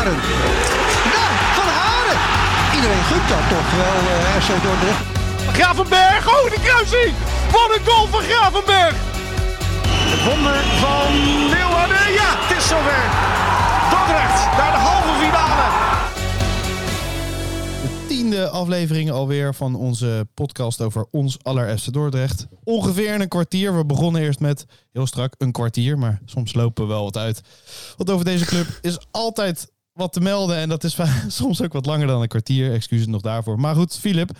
Haren. Nou, Van Haren. Iedereen gunt dat toch wel, FC Dordrecht. Gravenberg, oh die kruising! Wat een goal van Gravenberg! Het wonder van Leeuwarden, ja, het is zover. Dordrecht naar de halve finale. De 10e aflevering alweer van onze podcast over ons aller FC Dordrecht. Ongeveer in een kwartier. We begonnen eerst met heel strak een kwartier, maar soms lopen we wel wat uit. Want over deze club is altijd wat te melden en dat is soms ook wat langer dan een kwartier. Excuses nog daarvoor. Maar goed, Filip,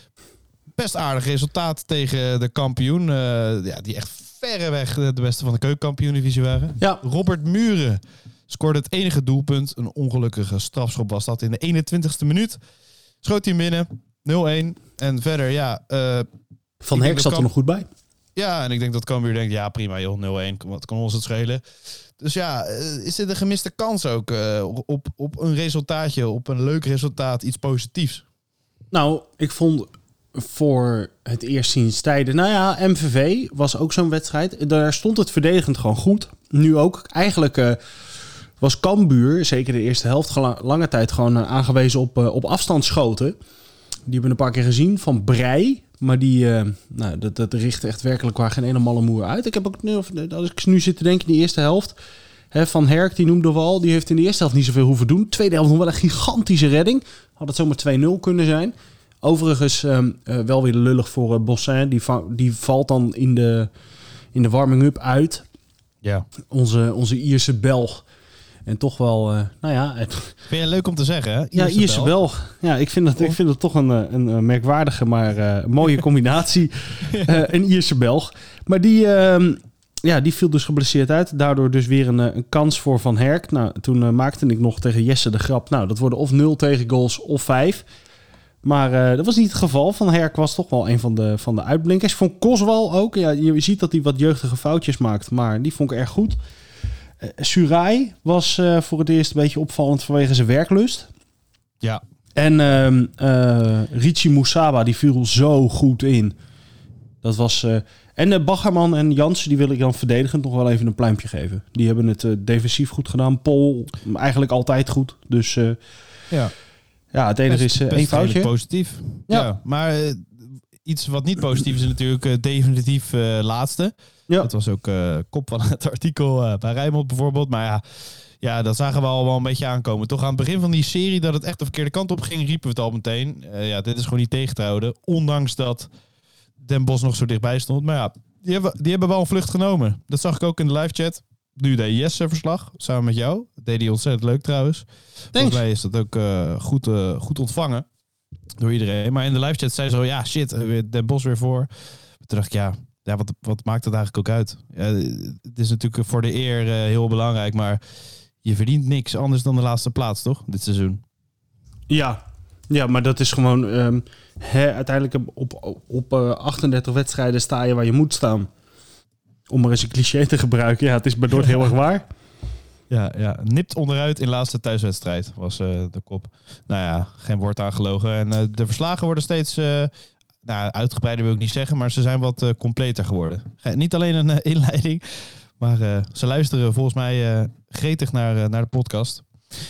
best aardig resultaat tegen de kampioen. Die echt verreweg de beste van de keukenkampioen-divisie waren. Ja. Robert Muren scoorde het enige doelpunt. Een ongelukkige strafschop was dat in de 21ste minuut. Schoot hij hem binnen, 0-1. En verder, ja... Van Herk zat er nog goed bij. Ja, en ik denk dat Cambuur denkt, ja prima joh, 0-1. Wat kan ons het schelen? Dus ja, is dit een gemiste kans ook op een resultaatje, op een leuk resultaat, iets positiefs? Nou, ik vond voor het eerst sinds tijden... Nou ja, MVV was ook zo'n wedstrijd. Daar stond het verdedigend gewoon goed. Nu ook. Eigenlijk was Cambuur, zeker de eerste helft, lange tijd gewoon aangewezen op afstandsschoten. Die hebben we een paar keer gezien van Breij. Maar dat richt echt werkelijk waar geen ene malle moer uit. Ik heb ook, als ik nu zit te denken in die eerste helft... Van Herk, die noemde we al, die heeft in de eerste helft niet zoveel hoeven doen. Tweede helft nog wel een gigantische redding. Had het zomaar 2-0 kunnen zijn. Overigens wel weer lullig voor Bossin. Die valt dan in de warming-up uit. Ja. Onze Ierse Belg. En toch wel, Vind je leuk om te zeggen, hè? Ierse Belg. Ja, ik vind het toch een merkwaardige, maar mooie combinatie. Een Ierse Belg. Maar die viel dus geblesseerd uit. Daardoor dus weer een kans voor Van Herk. Nou, toen maakte ik nog tegen Jesse de grap. Nou, dat worden of 0 tegengoals of 5. Maar dat was niet het geval. Van Herk was toch wel een van de uitblinkers. Ik vond Koswal ook. Ja, je ziet dat hij wat jeugdige foutjes maakt. Maar die vond ik erg goed. Surai was voor het eerst een beetje opvallend vanwege zijn werklust. Ja. En Richie Moussaba, die viel zo goed in. Dat was... En Baggerman en Jansen, die wil ik dan verdedigend nog wel even een pluimpje geven. Die hebben het defensief goed gedaan. Pol eigenlijk altijd goed. Dus het enige is één foutje. Positief. Ja, maar iets wat niet positief is natuurlijk definitief laatste. Ja. Dat was ook kop van het artikel bij Rijnmond bijvoorbeeld. Maar ja, dat zagen we al wel een beetje aankomen. Toch aan het begin van die serie dat het echt de verkeerde kant op ging, riepen we het al meteen. Dit is gewoon niet tegen te houden. Ondanks dat Den Bosch nog zo dichtbij stond. Maar ja, die hebben wel een vlucht genomen. Dat zag ik ook in de live chat. Nu deed Jesse verslag, samen met jou. Dat deed hij ontzettend leuk trouwens. Volgens mij is dat ook goed ontvangen door iedereen. Maar in de live chat zei zo, ja shit, Den Bosch weer voor. Toen dacht ik, wat maakt dat eigenlijk ook uit? Ja, het is natuurlijk voor de eer heel belangrijk, maar je verdient niks anders dan de laatste plaats, toch? Dit seizoen. Ja, maar dat is gewoon... uiteindelijk op 38 wedstrijden sta je waar je moet staan. Om maar eens een cliché te gebruiken. Ja, het is bij Dort heel erg waar. Ja, nipt onderuit in laatste thuiswedstrijd was de kop. Nou ja, geen woord aangelogen. En de verslagen worden steeds... uitgebreider wil ik niet zeggen, maar ze zijn wat completer geworden. Niet alleen een inleiding, maar ze luisteren volgens mij gretig naar de podcast.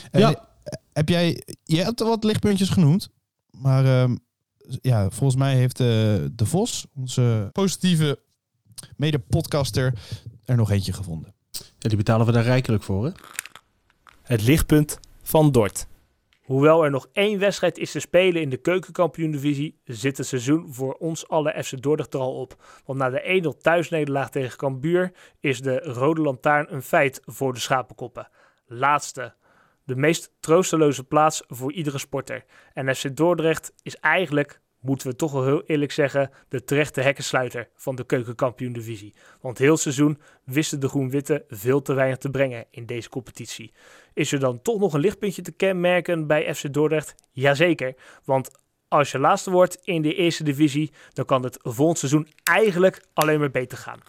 Je hebt wat lichtpuntjes genoemd, maar volgens mij heeft De Vos, onze positieve mede-podcaster, er nog eentje gevonden. Ja, die betalen we daar rijkelijk voor, hè? Het lichtpunt van Dort. Hoewel er nog 1 wedstrijd is te spelen in de keukenkampioen-divisie, zit het seizoen voor ons alle FC Dordrecht er al op. Want na de 1-0 thuisnederlaag tegen Cambuur is de Rode Lantaarn een feit voor de Schapenkoppen. Laatste. De meest troosteloze plaats voor iedere sporter. En FC Dordrecht is eigenlijk, moeten we toch wel heel eerlijk zeggen, de terechte hekkensluiter van de keukenkampioen-divisie. Want heel het seizoen wisten de Groen-Witte veel te weinig te brengen in deze competitie. Is er dan toch nog een lichtpuntje te kenmerken bij FC Dordrecht? Jazeker, want als je laatste wordt in de eerste divisie, dan kan het volgend seizoen eigenlijk alleen maar beter gaan.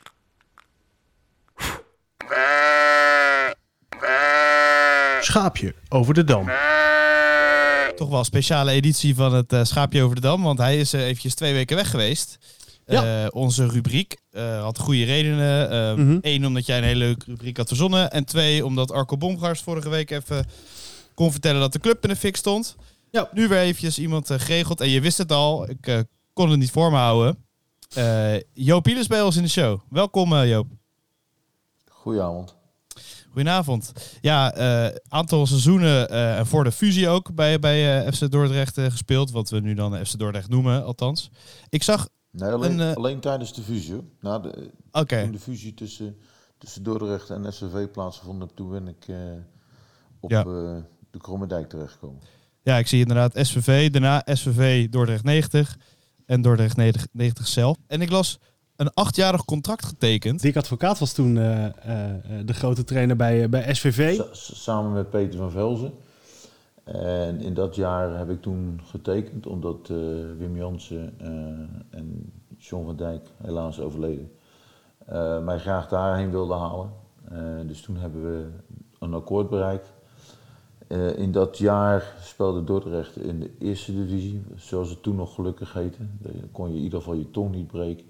Schaapje over de Dam. Toch wel een speciale editie van het Schaapje over de Dam, want hij is eventjes 2 weken weg geweest. Onze rubriek had goede redenen. 1, omdat jij een hele leuke rubriek had verzonnen. En 2, omdat Arco Bomgaars vorige week even kon vertellen dat de club in de fik stond. Ja. Nu weer eventjes iemand geregeld. En je wist het al, ik kon het niet voor me houden. Joop Ielis bij ons in de show. Welkom Joop. Goedenavond. Goedenavond. Ja, aantal seizoenen en voor de fusie ook bij FC Dordrecht gespeeld. Wat we nu dan FC Dordrecht noemen, althans. Ik zag... Nee, alleen tijdens de fusie. Toen de fusie tussen Dordrecht en SVV plaatsvond, toen ben ik op de Krommerdijk terechtgekomen. Ja, ik zie inderdaad SVV, daarna SVV Dordrecht 90 en Dordrecht 90 zelf. En ik las een 8-jarig contract getekend. Dick Advocaat was toen de grote trainer bij SVV. Samen met Peter van Velzen. En in dat jaar heb ik toen getekend, omdat Wim Jansen en John van Dijk helaas overleden. Mij graag daarheen wilden halen. Dus toen hebben we een akkoord bereikt. In dat jaar speelde Dordrecht in de eerste divisie, zoals het toen nog gelukkig heette. Daar kon je in ieder geval je tong niet breken.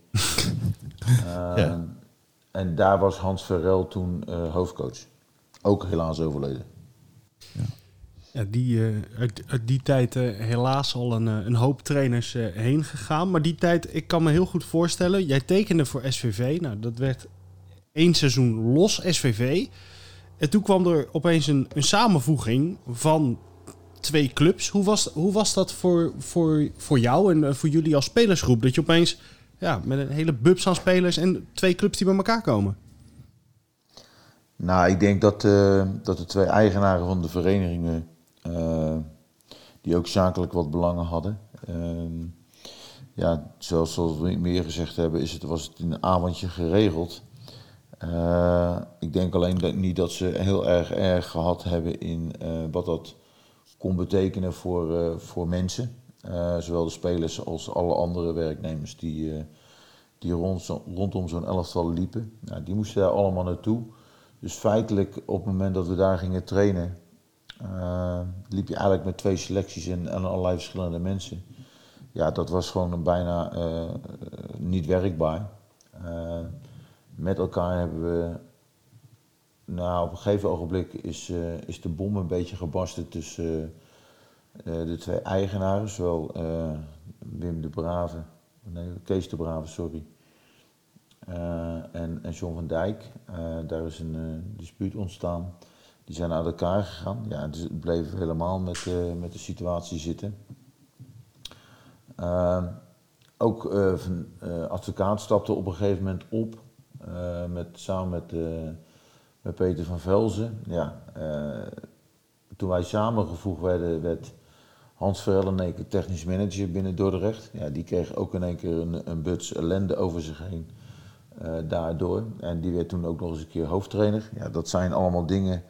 En daar was Hans Verrel toen hoofdcoach. Ook helaas overleden. Ja, uit die tijd helaas al een hoop trainers heen gegaan. Maar die tijd, ik kan me heel goed voorstellen. Jij tekende voor SVV. Nou, dat werd 1 seizoen los SVV. En toen kwam er opeens een samenvoeging van 2 clubs. Hoe was dat voor jou en voor jullie als spelersgroep? Dat je opeens met een hele bubs aan spelers en 2 clubs die bij elkaar komen. Nou, ik denk dat de 2 eigenaren van de verenigingen, die ook zakelijk wat belangen hadden. Zoals we meer gezegd hebben, was het in een avondje geregeld. Ik denk alleen niet dat ze heel erg gehad hebben in wat dat kon betekenen voor mensen. Zowel de spelers als alle andere werknemers die rondom zo'n elftal liepen. Nou, die moesten daar allemaal naartoe. Dus feitelijk, op het moment dat we daar gingen trainen, liep je eigenlijk met 2 selecties en allerlei verschillende mensen. Ja, dat was gewoon bijna niet werkbaar. Met elkaar hebben we, op een gegeven ogenblik is de bom een beetje gebarsten tussen de 2 eigenaren, zowel Kees de Brave, sorry. En John van Dijk. Daar is een dispuut ontstaan. Die zijn uit elkaar gegaan. Ja, dus het bleef helemaal met de situatie zitten. Advocaat stapte op een gegeven moment op. Samen met Peter van Velzen. Ja, toen wij samengevoegd werden, werd Hans Verhel in één keer technisch manager binnen Dordrecht. Ja, die kreeg ook in één keer een buts ellende over zich heen. Daardoor. En die werd toen ook nog eens een keer hoofdtrainer. Ja, dat zijn allemaal dingen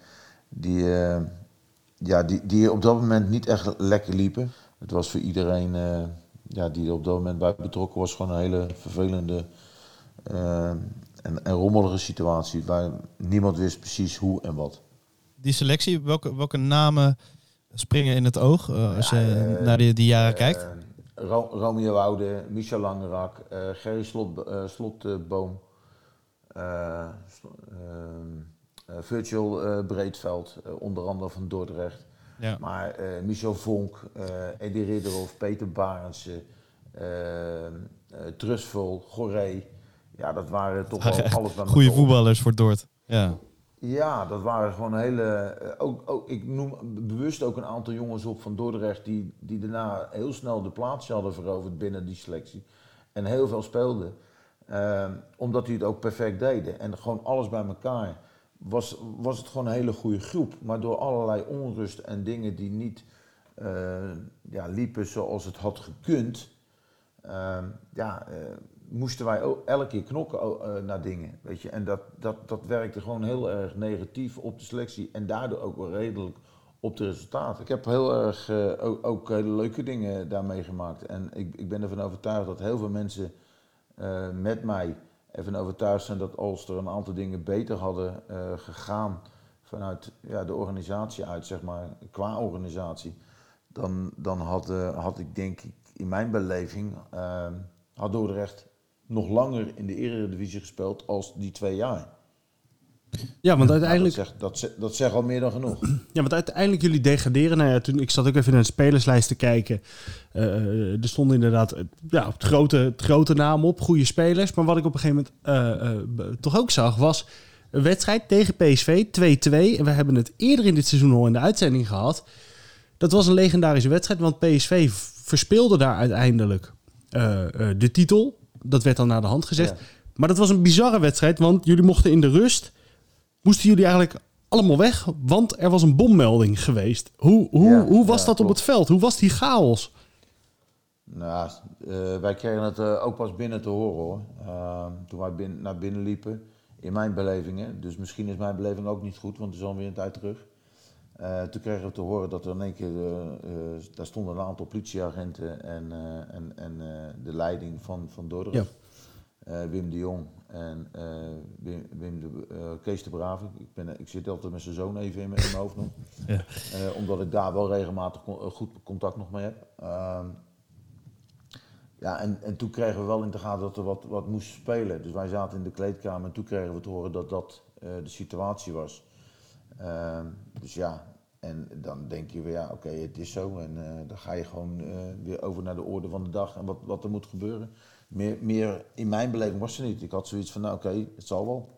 die op dat moment niet echt lekker liepen. Het was voor iedereen die op dat moment bij betrokken was gewoon een hele vervelende en rommelige situatie waar niemand wist precies hoe en wat. Die selectie, welke namen springen in het oog als je naar die jaren kijkt? Romeo Woude, Michel Langerak, Gerry Slotboom, Virgil Breedveld, onder andere van Dordrecht. Ja. Maar Michel Vonk, Eddie Ridderhoff, Peter Barendse, Trustful, Goré. Ja, dat waren toch wel alles bij goede voetballers voor Dort. Ja. Ja, dat waren gewoon hele... ik noem bewust ook een aantal jongens op van Dordrecht die daarna heel snel de plaatsje hadden veroverd binnen die selectie. En heel veel speelden. Omdat die het ook perfect deden. En gewoon alles bij elkaar was het gewoon een hele goede groep. Maar door allerlei onrust en dingen die niet liepen zoals het had gekund... moesten wij ook elke keer knokken naar dingen, weet je. En dat werkte gewoon heel erg negatief op de selectie en daardoor ook wel redelijk op de resultaten. Ik heb heel erg ook hele leuke dingen daarmee gemaakt. En ik ben ervan overtuigd dat heel veel mensen met mij ervan overtuigd zijn dat als er een aantal dingen beter hadden gegaan vanuit de organisatie uit, zeg maar, qua organisatie, dan had ik denk ik in mijn beleving had Dordrecht nog langer in de Eredivisie gespeeld als die 2 jaar. Ja, want uiteindelijk... Dat zegt al meer dan genoeg. Ja, want uiteindelijk jullie degraderen. Nou ja, toen ik zat ook even naar de spelerslijst te kijken. Er stonden inderdaad het grote naam op, goede spelers. Maar wat ik op een gegeven moment toch ook zag, was een wedstrijd tegen PSV, 2-2. En we hebben het eerder in dit seizoen al in de uitzending gehad. Dat was een legendarische wedstrijd, want PSV verspeelde daar uiteindelijk de titel. Dat werd dan naar de hand gezegd. Ja. Maar dat was een bizarre wedstrijd, want jullie mochten in de rust... moesten jullie eigenlijk allemaal weg, want er was een bommelding geweest. Hoe was dat op het veld? Hoe was die chaos? Nou, wij kregen het ook pas binnen te horen, hoor. Toen wij naar binnen liepen, in mijn belevingen. Dus misschien is mijn beleving ook niet goed, want het is alweer een tijd terug. Toen kregen we te horen dat er in één keer, daar stonden een aantal politieagenten en de leiding van Dordrecht. Ja. Wim de Jong en Kees de Brave. Ik zit altijd met zijn zoon even in mijn hoofd nog. Ja. Omdat ik daar wel regelmatig goed contact nog mee heb. En toen kregen we wel in de gaten dat er wat moest spelen. Dus wij zaten in de kleedkamer en toen kregen we te horen dat de situatie was. Dus ja, en dan denk je weer, oké, het is zo. En dan ga je gewoon weer over naar de orde van de dag en wat er moet gebeuren. Meer in mijn beleving was er niet. Ik had zoiets van, oké, het zal wel.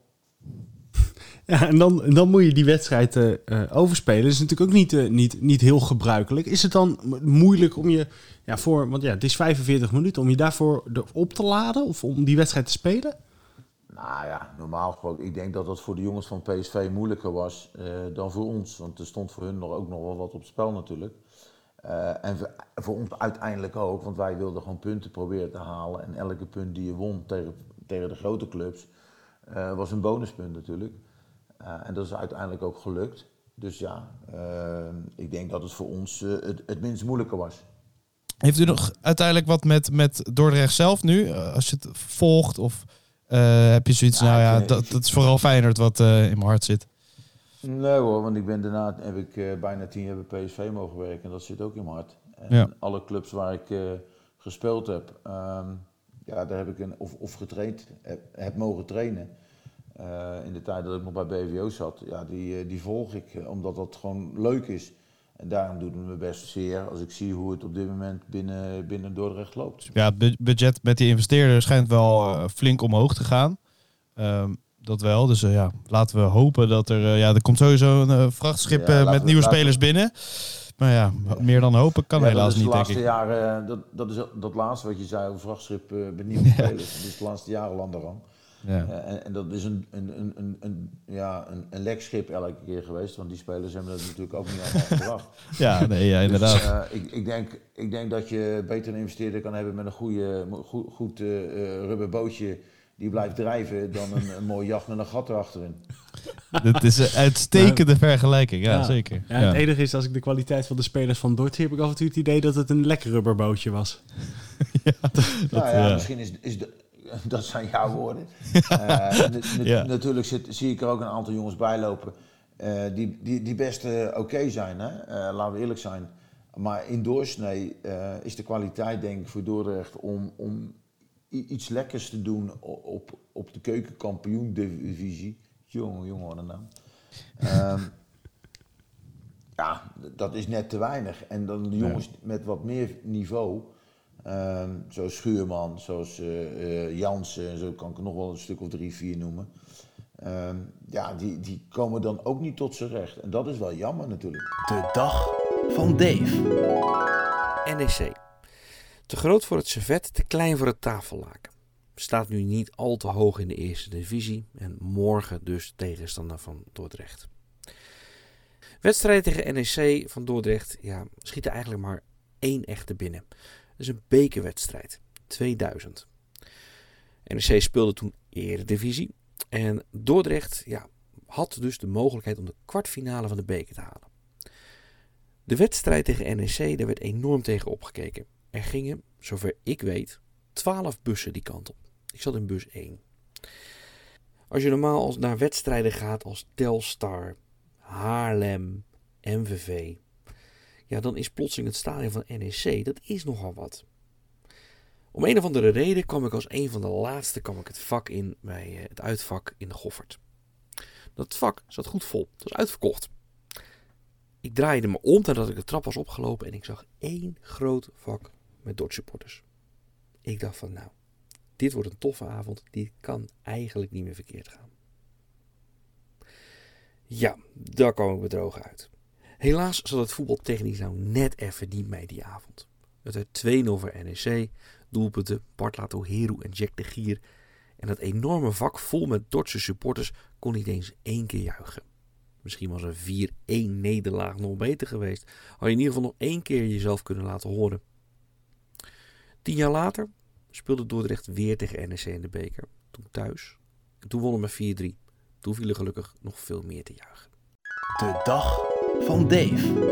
Ja, en dan moet je die wedstrijd overspelen. Dat is natuurlijk ook niet heel gebruikelijk. Is het dan moeilijk om je want het is 45 minuten, om je daarvoor op te laden of om die wedstrijd te spelen? Nou ja, normaal gesproken. Ik denk dat dat voor de jongens van PSV moeilijker was dan voor ons. Want er stond voor hun ook nog wel wat op het spel natuurlijk. En voor ons uiteindelijk ook, want wij wilden gewoon punten proberen te halen. En elke punt die je won tegen de grote clubs was een bonuspunt natuurlijk. En dat is uiteindelijk ook gelukt. Dus ja, ik denk dat het voor ons het minst moeilijker was. Heeft u nog uiteindelijk wat met Dordrecht zelf nu? Als je het volgt of heb je zoiets, dat is vooral Feyenoord wat in mijn hart zit. Nee hoor, want daarna heb ik bijna 10 jaar bij PSV mogen werken en dat zit ook in mijn hart. En alle clubs waar ik gespeeld heb, daar heb ik getraind, heb mogen trainen. In de tijd dat ik nog bij BVO zat, die volg ik omdat dat gewoon leuk is. En daarom doet het me best zeer als ik zie hoe het op dit moment binnen Dordrecht loopt. Ja, het budget met die investeerder schijnt wel flink omhoog te gaan. Dat wel, dus laten we hopen dat er komt sowieso een vrachtschip met nieuwe spelers binnen. Maar meer dan hopen kan helaas niet, denk ik. Jaren, dat is dat laatste wat je zei over vrachtschip met nieuwe spelers. Dat is de laatste jaren landerang. Ja. En dat is een lekschip elke keer geweest, want die spelers hebben dat natuurlijk ook niet allemaal gebracht. Ja, inderdaad. Dus, ik denk dat je beter een investeerder kan hebben met een goed rubberbootje die blijft drijven dan een mooie jacht met een gat erachterin. Dat is een uitstekende vergelijking, ja, zeker. Ja, het enige is, als ik de kwaliteit van de spelers van Dort heb ik af en toe het idee dat het een lekker rubberbootje was. Misschien is dat zijn jouw woorden. Natuurlijk zie ik er ook een aantal jongens bij lopen die best oké zijn. Hè? Laten we eerlijk zijn. Maar in doorsnee is de kwaliteit denk ik voor Dordrecht om iets lekkers te doen op de keukenkampioen-divisie. Jongen, wat een naam. Dat is net te weinig. En dan de jongens met wat meer niveau... zoals Schuurman, zoals Jansen, en zo kan ik er nog wel een stuk of 3, 4 noemen. Die komen dan ook niet tot z'n recht. En dat is wel jammer natuurlijk. De dag van Dave. NEC. Te groot voor het servet, te klein voor het tafellaken. Staat nu niet al te hoog in de eerste divisie en morgen dus tegenstander van Dordrecht. Wedstrijden tegen NEC van Dordrecht schieten eigenlijk maar 1 echte binnen. Dat is een bekerwedstrijd, 2000. NEC speelde toen Eredivisie en Dordrecht had dus de mogelijkheid om de kwartfinale van de beker te halen. De wedstrijd tegen NEC, daar werd enorm tegen opgekeken. Er gingen, zover ik weet, 12 bussen die kant op. Ik zat in bus 1. Als je normaal naar wedstrijden gaat als Telstar, Haarlem, MVV... dan is plotseling het stadion van NEC, dat is nogal wat. Om een of andere reden kwam ik als een van de laatste het vak in bij het uitvak in de Goffert. Dat vak zat goed vol. Het was uitverkocht. Ik draaide me om nadat ik de trap was opgelopen en ik zag 1 groot vak met Dort supporters. Ik dacht van nou, dit wordt een toffe avond. Dit kan eigenlijk niet meer verkeerd gaan. Ja, daar kwam ik bedrogen uit. Helaas zat het voetbaltechnisch nou net even niet mee die avond. Het werd 2-0 voor NEC, doelpunten Bart Latoheru en Jack de Gier. En dat enorme vak vol met Dordtse supporters kon niet eens 1 keer juichen. Misschien was een 4-1 nederlaag nog beter geweest. Had je in ieder geval nog 1 keer jezelf kunnen laten horen. 10 jaar later speelde Dordrecht weer tegen NEC in de beker. Toen thuis. En toen wonnen we 4-3. Toen viel er gelukkig nog veel meer te juichen. De dag van Dave.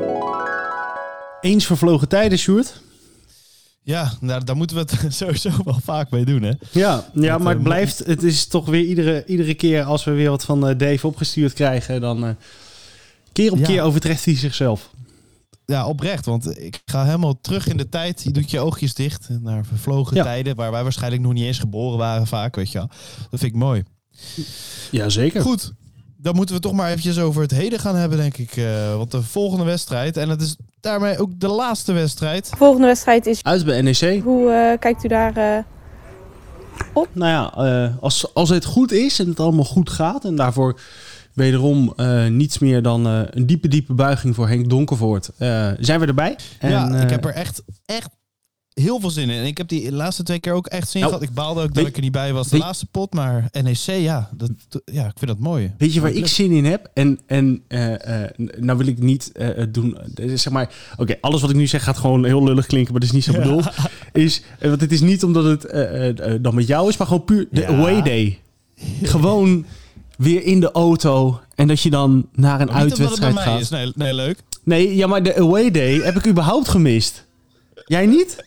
Eens vervlogen tijden, Sjoerd. Ja, nou, daar moeten we het sowieso wel vaak mee doen, hè? Ja, maar het is toch weer iedere keer als we weer wat van Dave opgestuurd krijgen, dan keer op keer overtreft hij zichzelf. Ja, oprecht, want ik ga helemaal terug in de tijd. Je doet je oogjes dicht naar vervlogen tijden, waar wij waarschijnlijk nog niet eens geboren waren vaak, weet je wel. Dat vind ik mooi. Ja, zeker. Goed, dan moeten we toch maar eventjes over het heden gaan hebben, denk ik. Want de volgende wedstrijd, en het is daarmee ook de laatste wedstrijd. De volgende wedstrijd is uit bij NEC. Hoe kijkt u daar op? Nou ja, als het goed is en het allemaal goed gaat en daarvoor wederom niets meer dan een diepe buiging voor Henk Donkervoort, zijn we erbij. En, ik heb er echt heel veel zin in. En ik heb die laatste 2 keer ook echt zin gehad. Ik baalde ook dat ik er niet bij was de laatste pot. Maar NEC, ik vind dat mooi. Weet je waar ik zin in heb? En nou wil ik niet doen. Zeg maar, oké, alles wat ik nu zeg gaat gewoon heel lullig klinken, maar dat is niet zo bedoeld. Want het is niet omdat het dan met jou is, maar gewoon puur de away day. Gewoon weer in de auto en dat je dan naar een uitwedstrijd gaat. Is. Nee, leuk. Nee, ja, maar de away day heb ik überhaupt gemist. Jij niet?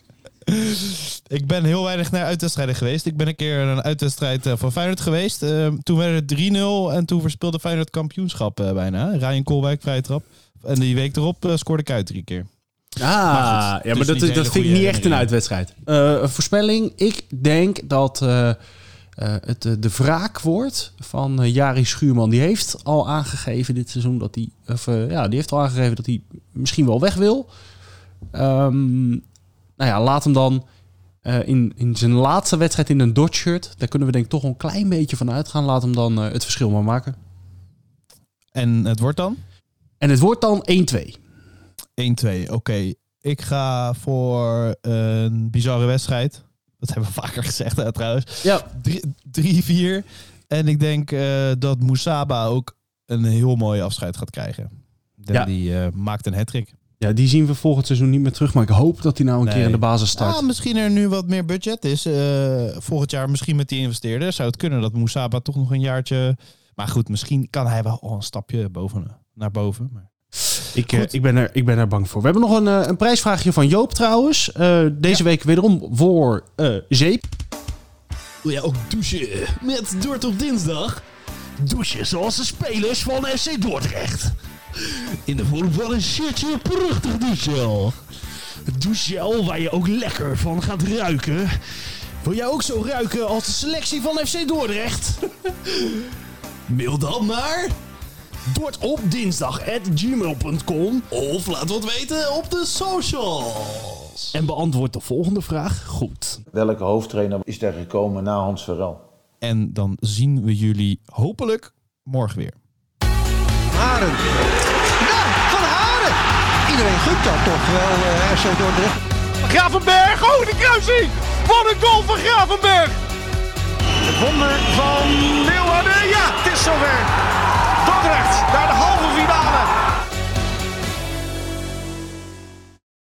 Ik ben heel weinig naar uitwedstrijden geweest. Ik ben een keer naar een uitwedstrijd van Feyenoord geweest. Toen werd het 3-0 en toen verspeelde Feyenoord kampioenschap bijna. Ryan Koolwijk, vrije trap. En die week erop scoorde Kuyt 3 keer. Maar dat vind ik niet echt een uitwedstrijd. Voorspelling, ik denk dat het de wraak wordt van Jari Schuurman. Die heeft al aangegeven dit seizoen dat hij, die heeft al aangegeven dat hij misschien wel weg wil. Laat hem dan in zijn laatste wedstrijd in een Dort-shirt. Daar kunnen we denk ik toch een klein beetje van uitgaan. Laat hem dan het verschil maar maken. En het wordt dan? En het wordt dan 1-2. 1-2, oké. Ik ga voor een bizarre wedstrijd. Dat hebben we vaker gezegd trouwens. Ja. 3-4. En ik denk dat Moussaba ook een heel mooi afscheid gaat krijgen. Die maakt een hat-trick. Ja, die zien we volgend seizoen niet meer terug. Maar ik hoop dat hij nou een keer in de basis start. Misschien er nu wat meer budget is. Volgend jaar misschien met die investeerder. Zou het kunnen dat Moussaba toch nog een jaartje... Maar goed, misschien kan hij wel een stapje naar boven. Maar... Ik ben er bang voor. We hebben nog een prijsvraagje van Joop trouwens. Deze week wederom voor zeep. Wil jij ook douchen met Dort op dinsdag? Douchen zoals de spelers van FC Dordrecht. In de vorm van een shirtje prachtig douchegel. Douchegel waar je ook lekker van gaat ruiken. Wil jij ook zo ruiken als de selectie van FC Dordrecht? Mail dan naar dortopdinsdag@gmail.com of laat wat weten op de socials. En beantwoord de volgende vraag goed. Welke hoofdtrainer is er gekomen na Hans Verel? En dan zien we jullie hopelijk morgen weer. Haren. Nou, Van Haren. Iedereen gunt dat toch wel FC Dordrecht. Gravenberg, de kruising. Wat een goal van Gravenberg. Het wonder van